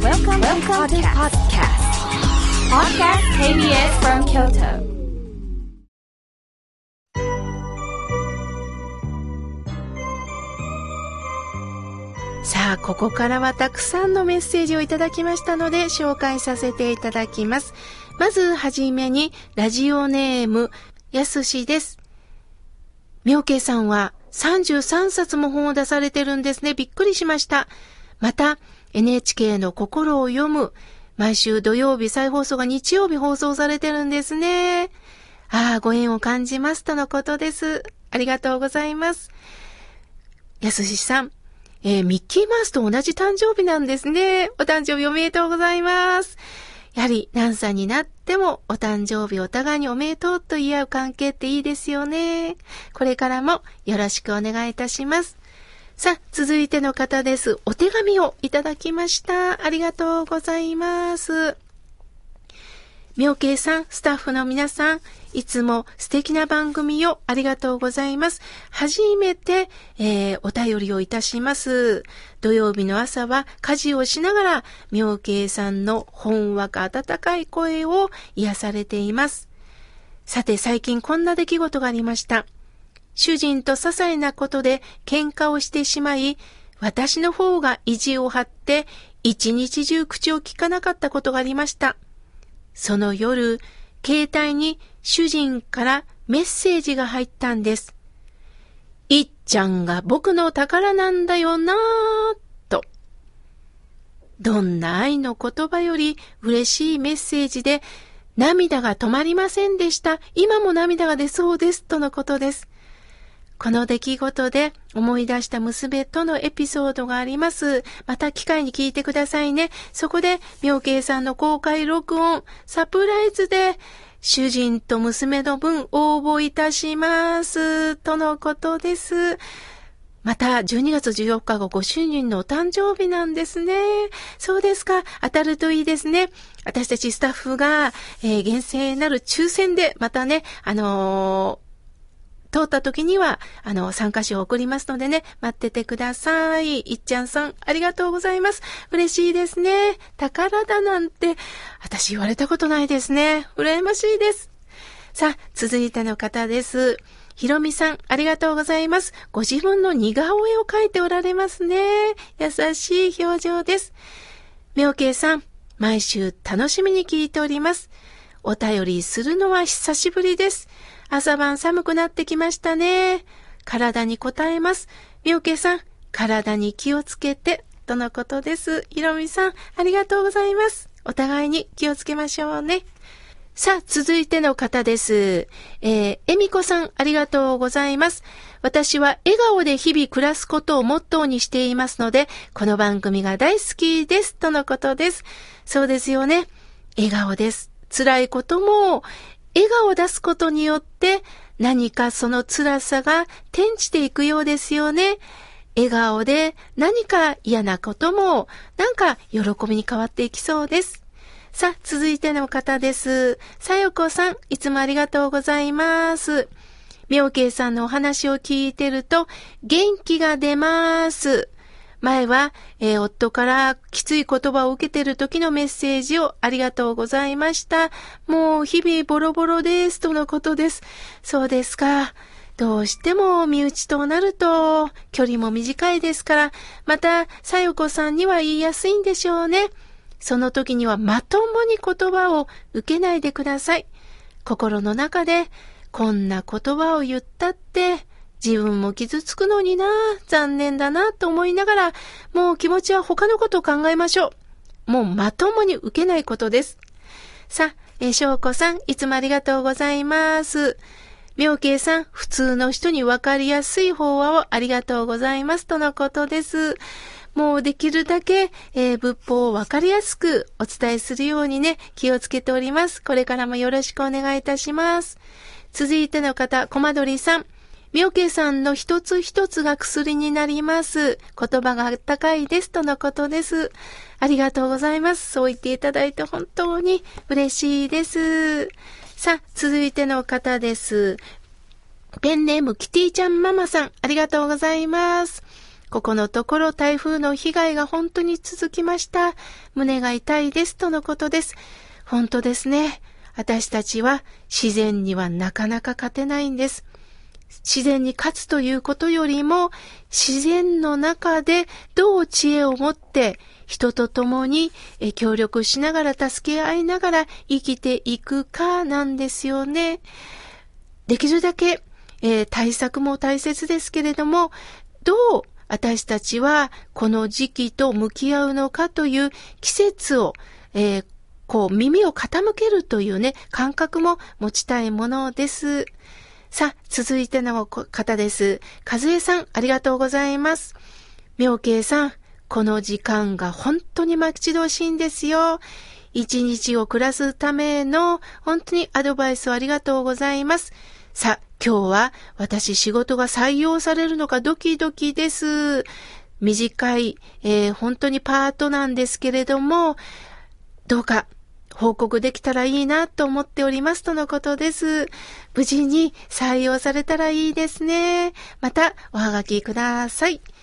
Welcome to podcast. Podcast KBS from Kyoto. さあ、ここからはたくさんのメッセージをいただきましたので紹介させていただきます。まずはじめにラジオネームやすしです。妙慶さんは33冊も本を出されてるんですね。びっくりしました。また NHK の心を読む、毎週土曜日再放送が日曜日放送されてるんですね。ご縁を感じますとのことです。ありがとうございます。やすしさん、ミッキーマウスと同じ誕生日なんですね。お誕生日おめでとうございます。やはり何歳になってもお誕生日お互いにおめでとうと言い合う関係っていいですよね。これからもよろしくお願いいたします。さあ、続いての方です。お手紙をいただきました。ありがとうございます。妙慶さん、スタッフの皆さん、いつも素敵な番組をありがとうございます。初めて、お便りをいたします。土曜日の朝は家事をしながら妙慶さんのほんわか温かい声を癒されています。さて、最近こんな出来事がありました。主人と些細なことで喧嘩をしてしまい、私の方が意地を張って一日中口を聞かなかったことがありました。その夜、携帯に主人からメッセージが入ったんです。いっちゃんが僕の宝なんだよなぁと。どんな愛の言葉より嬉しいメッセージで、涙が止まりませんでした。今も涙が出そうですとのことです。この出来事で思い出した娘とのエピソードがあります。また機会に聞いてくださいね。そこで妙慶さんの公開録音、サプライズで主人と娘の分応募いたします。とのことです。また12月14日がご主人のお誕生日なんですね。そうですか。当たるといいですね。私たちスタッフが、厳正なる抽選でまたね、通った時には、参加賞を送りますのでね、待っててください。いっちゃんさん、ありがとうございます。嬉しいですね。宝だなんて、私言われたことないですね。羨ましいです。さあ、続いての方です。ひろみさん、ありがとうございます。ご自分の似顔絵を描いておられますね。優しい表情です。妙慶さん、毎週楽しみに聞いております。お便りするのは久しぶりです。朝晩寒くなってきましたね。体にこたえます。妙慶さん、体に気をつけて、とのことです。ひろみさん、ありがとうございます。お互いに気をつけましょうね。さあ、続いての方です。えみこさん、ありがとうございます。私は笑顔で日々暮らすことをモットーにしていますので、この番組が大好きです、とのことです。そうですよね。笑顔です。辛いことも、笑顔を出すことによって何かその辛さが転じていくようですよね。笑顔で何か嫌なこともなんか喜びに変わっていきそうです。さあ、続いての方です。さよこさん、いつもありがとうございます。妙慶さんのお話を聞いてると元気が出ます。前は、夫からきつい言葉を受けている時のメッセージをありがとうございました。もう日々ボロボロですとのことです。そうですか。どうしても身内となると距離も短いですから、またさよこさんには言いやすいんでしょうね。その時にはまともに言葉を受けないでください。心の中でこんな言葉を言ったって自分も傷つくのにな、残念だなと思いながら、もう気持ちは他のことを考えましょう。もうまともに受けないことです。さあ、しょうこさん、いつもありがとうございます。妙慶さん、普通の人に分かりやすい法話をありがとうございますとのことです。もうできるだけ、仏法を分かりやすくお伝えするようにね、気をつけております。これからもよろしくお願いいたします。続いての方、コマドリさん。妙慶さんの一つ一つが薬になります。言葉があったかいですとのことです。ありがとうございます。そう言っていただいて本当に嬉しいです。さあ、続いての方です。ペンネームキティちゃんママさん、ありがとうございます。 ここのところ台風の被害が本当に続きました。胸が痛いですとのことです。本当ですね。私たちは自然にはなかなか勝てないんです。自然に勝つということよりも、自然の中でどう知恵を持って人と共に協力しながら助け合いながら生きていくかなんですよね。できるだけ、対策も大切ですけれども、どう私たちはこの時期と向き合うのかという季節を、耳を傾けるというね、感覚も持ちたいものです。さあ、続いての方です。和江さん、ありがとうございます。妙慶さん、この時間が本当に待ち遠しいんですよ。一日を暮らすための本当にアドバイスをありがとうございます。さあ、今日は私仕事が採用されるのかドキドキです。短い、本当にパートなんですけれども、どうか報告できたらいいなと思っておりますとのことです。無事に採用されたらいいですね。またおはがきください。